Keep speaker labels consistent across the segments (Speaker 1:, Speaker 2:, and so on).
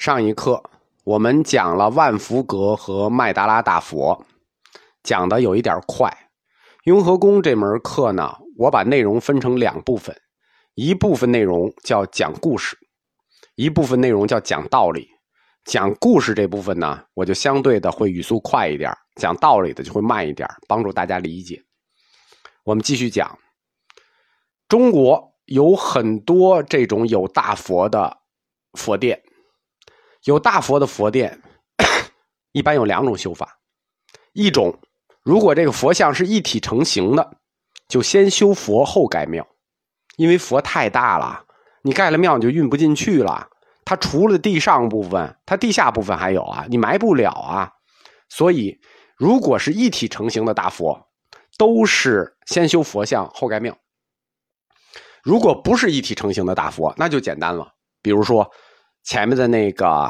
Speaker 1: 上一课我们讲了万福阁和麦达拉大佛，讲的有一点快。雍和宫这门课呢，我把内容分成两部分，一部分内容叫讲故事，一部分内容叫讲道理。讲故事这部分呢，我就相对的会语速快一点，讲道理的就会慢一点，帮助大家理解。我们继续讲，中国有很多这种有大佛的佛殿，有大佛的佛殿一般有两种修法。一种，如果这个佛像是一体成型的，就先修佛后盖庙，因为佛太大了，你盖了庙你就运不进去了，它除了地上部分，它地下部分还有啊，你埋不了啊。所以如果是一体成型的大佛，都是先修佛像后盖庙。如果不是一体成型的大佛，那就简单了，比如说前面的那个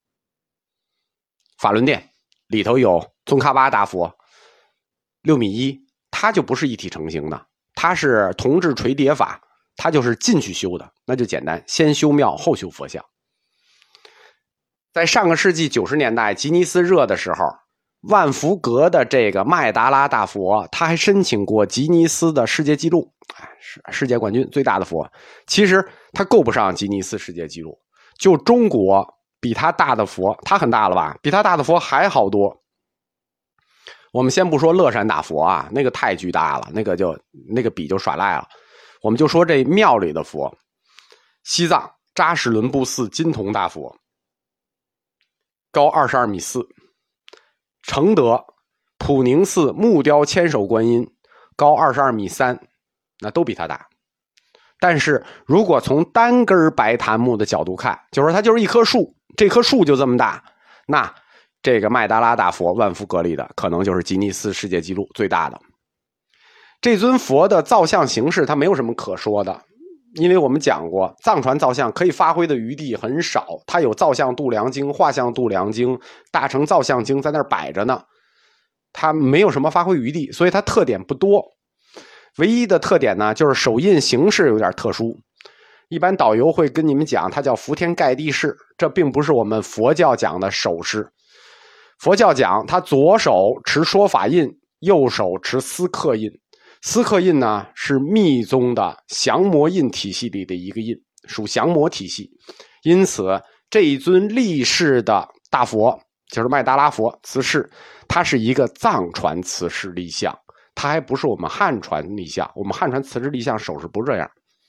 Speaker 1: 法轮殿里头有宗喀巴大佛6.1米，它就不是一体成型的，它是铜制垂叠法，它就是进去修的，那就简单，先修庙后修佛像。在上个世纪90年代吉尼斯热的时候，万福阁的这个麦达拉大佛，他还申请过吉尼斯的世界纪录，世界冠军，最大的佛。其实他够不上吉尼斯世界纪录，就中国比他大的佛，他很大了吧，比他大的佛还好多。我们先不说乐山大佛啊，那个太巨大了，那个比就耍赖了。我们就说这庙里的佛，西藏扎什伦布寺金铜大佛高22.4米，承德普宁寺木雕千手观音高22.3米，那都比它大。但是如果从单根白檀木的角度看，就是说它就是一棵树，这棵树就这么大，那这个麦达拉大佛万福阁里的可能就是吉尼斯世界纪录最大的。这尊佛的造像形式它没有什么可说的，因为我们讲过藏传造像可以发挥的余地很少，它有造像度量经、画像度量经、大乘造像经在那儿摆着呢，它没有什么发挥余地，所以它特点不多。唯一的特点呢，就是手印形式有点特殊，一般导游会跟你们讲它叫伏天盖地式，这并不是我们佛教讲的手势。佛教讲他左手持说法印，右手持司刻印。司刻印呢是密宗的降魔印体系里的一个印，属降魔体系。因此这一尊立式的大佛就是麦达拉佛瓷式，它是一个藏传瓷式立像，它还不是我们汉传立像。我们汉传瓷式立像手势不是这样。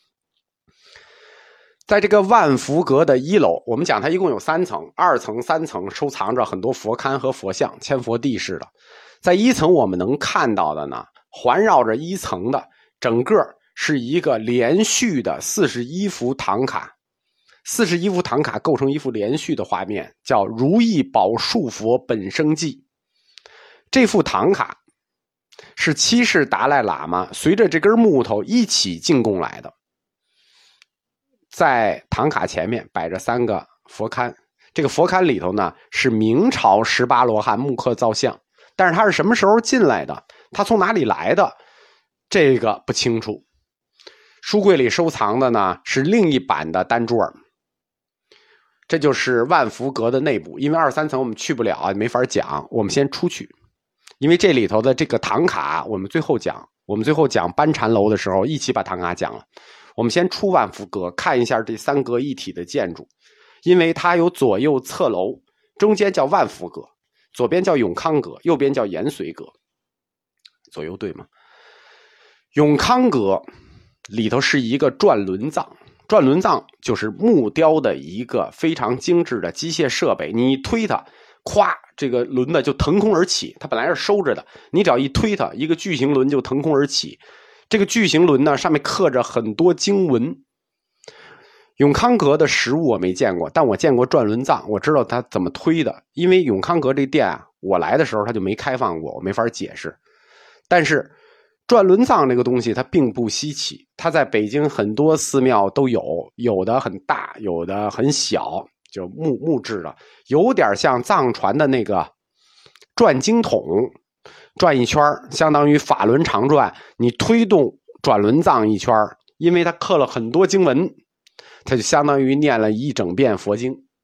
Speaker 1: 在这个万福阁的1楼，我们讲它一共有3层，2层、3层收藏着很多佛龛和佛像，千佛地式的。在1层我们能看到的呢，环绕着1层的整个是一个连续的41幅唐卡，41幅唐卡构成一幅连续的画面，叫如意宝树佛本生记。这幅唐卡是7世达赖喇嘛随着这根木头一起进贡来的。在唐卡前面摆着3个佛龛，这个佛龛里头呢是明朝18罗汉木刻造像，但是它是什么时候进来的，它从哪里来的，这个不清楚。书柜里收藏的呢是另一版的单桌。这就是万福阁的内部，因为2、3层我们去不了啊，没法讲，我们先出去。因为这里头的这个唐卡我们最后讲班禅楼的时候一起把唐卡讲了。我们先出万福阁，看一下这3阁一体的建筑，因为它有左右侧楼，中间叫万福阁，左边叫永康阁，右边叫延绥阁，左右对吗？永康阁里头是一个转轮藏，转轮藏就是木雕的一个非常精致的机械设备，你一推它，咵，这个轮子就腾空而起，它本来是收着的，你只要一推它，一个巨型轮就腾空而起。这个巨型轮呢，上面刻着很多经文。永康阁的实物我没见过，但我见过转轮藏，我知道它怎么推的。因为永康阁这店啊，我来的时候它就没开放过，我没法解释。但是转轮藏这个东西它并不稀奇，它在北京很多寺庙都有，有的很大，有的很小，就木质的，有点像藏传的那个转经筒，转一圈相当于法轮常转，你推动转轮藏一圈，因为它刻了很多经文，它就相当于念了一整遍佛经。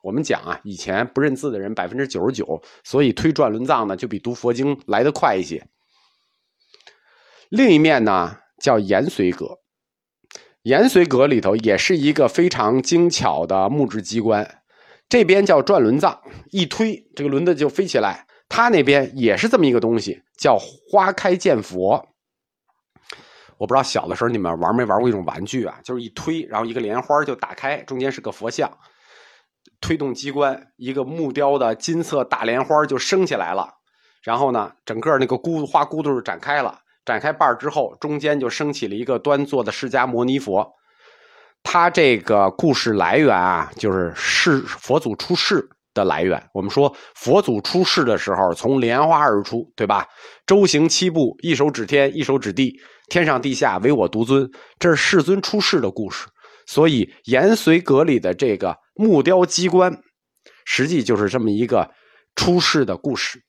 Speaker 1: 我们讲啊，以前不认字的人99%，所以推转轮藏呢就比读佛经来得快一些。另一面呢叫延绥阁，延绥阁里头也是一个非常精巧的木质机关，这边叫转轮藏，一推这个轮子就飞起来，它那边也是这么一个东西，叫花开见佛。我不知道小的时候你们玩没玩过一种玩具啊，就是一推，然后一个莲花就打开，中间是个佛像，推动机关，一个木雕的金色大莲花就升起来了，然后呢整个那个花骨朵展开了，展开半之后，中间就升起了一个端坐的释迦牟尼佛。它这个故事来源啊，就是佛祖出世的来源。我们说佛祖出世的时候从莲花而出，对吧？周行7步，一手指天，一手指地，天上地下唯我独尊，这是世尊出世的故事。所以延绥阁里的这个木雕机关实际就是这么一个出世的故事。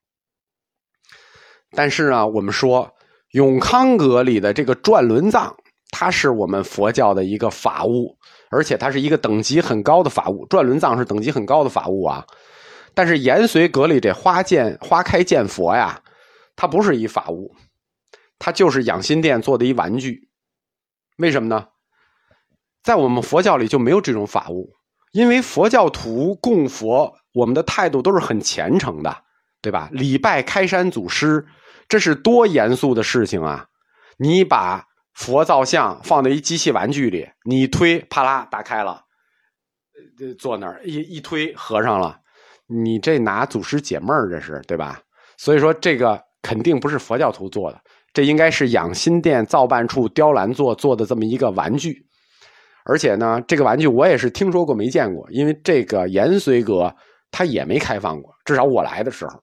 Speaker 1: 但是呢，我们说永康阁里的这个转轮藏，它是我们佛教的一个法物，而且它是一个等级很高的法物，转轮藏是等级很高的法物啊。但是延绥阁里这花开见佛呀，它不是一法物，它就是养心殿做的一玩具。为什么呢？在我们佛教里就没有这种法物，因为佛教徒供佛，我们的态度都是很虔诚的，对吧？礼拜开山祖师，这是多严肃的事情啊！你把佛造像放在一机器玩具里，你一推，啪啦打开了，坐那儿一推合上了，你这拿祖师解闷儿，这是对吧？所以说这个肯定不是佛教徒做的，这应该是养心殿造办处雕栏座做的这么一个玩具。而且呢，这个玩具我也是听说过没见过，因为这个延绥阁它也没开放过，至少我来的时候。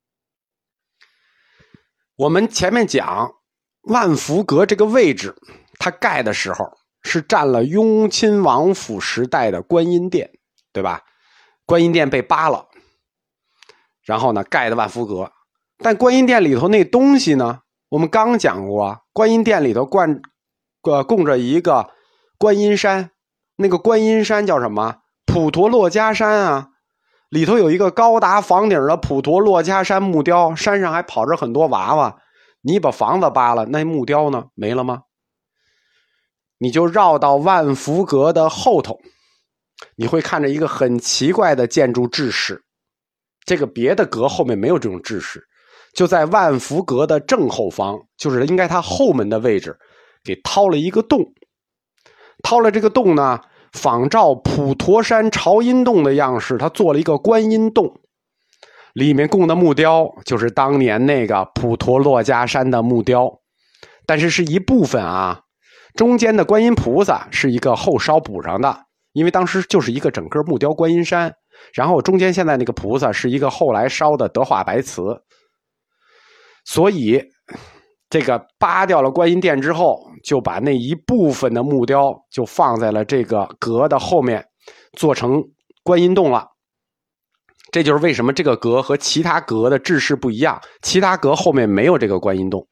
Speaker 1: 我们前面讲万福阁这个位置，它盖的时候是占了雍亲王府时代的观音殿，对吧？观音殿被扒了，然后呢盖的万福阁。但观音殿里头那东西呢，我们刚讲过，观音殿里头供着一个观音山，那个观音山叫什么？普陀珞珈山啊，里头有一个高达房顶的普陀珞珈山木雕，山上还跑着很多娃娃。你把房子扒了，那木雕呢？没了吗？你就绕到万福阁的后头，你会看着一个很奇怪的建筑制式，这个别的阁后面没有这种制式，就在万福阁的正后方，就是应该它后门的位置，给掏了一个洞。掏了这个洞呢，仿照普陀山朝音洞的样式，它做了一个观音洞，里面供的木雕就是当年那个普陀珞珈山的木雕，但是是一部分啊。中间的观音菩萨是一个后烧补上的，因为当时就是一个整个木雕观音山，然后中间现在那个菩萨是一个后来烧的德化白瓷。所以这个扒掉了观音殿之后，就把那一部分的木雕就放在了这个阁的后面，做成观音洞了。这就是为什么这个阁和其他阁的制式不一样，其他阁后面没有这个观音洞。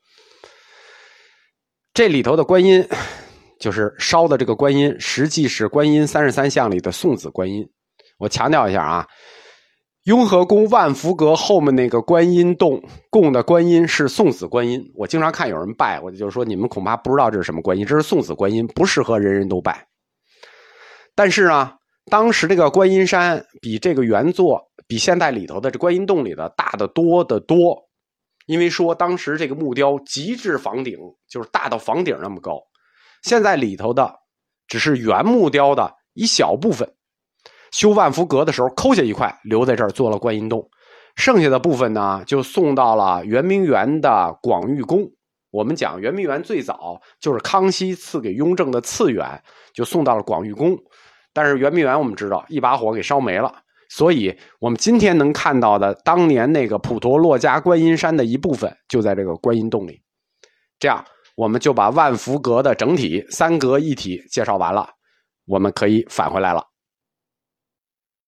Speaker 1: 这里头的观音，就是烧的这个观音，实际是观音33像里的送子观音。我强调一下啊，雍和宫万福阁后面那个观音洞供的观音是送子观音。我经常看有人拜，我就说你们恐怕不知道这是什么观音，这是送子观音，不适合人人都拜。但是呢，当时这个观音山比这个原作，比现代里头的这观音洞里的大得多得多。因为说当时这个木雕极致房顶，就是大到房顶那么高，现在里头的只是原木雕的一小部分。修万福阁的时候抠下一块留在这儿做了观音洞，剩下的部分呢就送到了圆明园的广玉宫。我们讲圆明园最早就是康熙赐给雍正的赐园，就送到了广玉宫。但是圆明园我们知道一把火给烧没了，所以我们今天能看到的当年那个普陀珞珈观音山的一部分就在这个观音洞里。这样我们就把万福阁的整体3阁一体介绍完了，我们可以返回来了。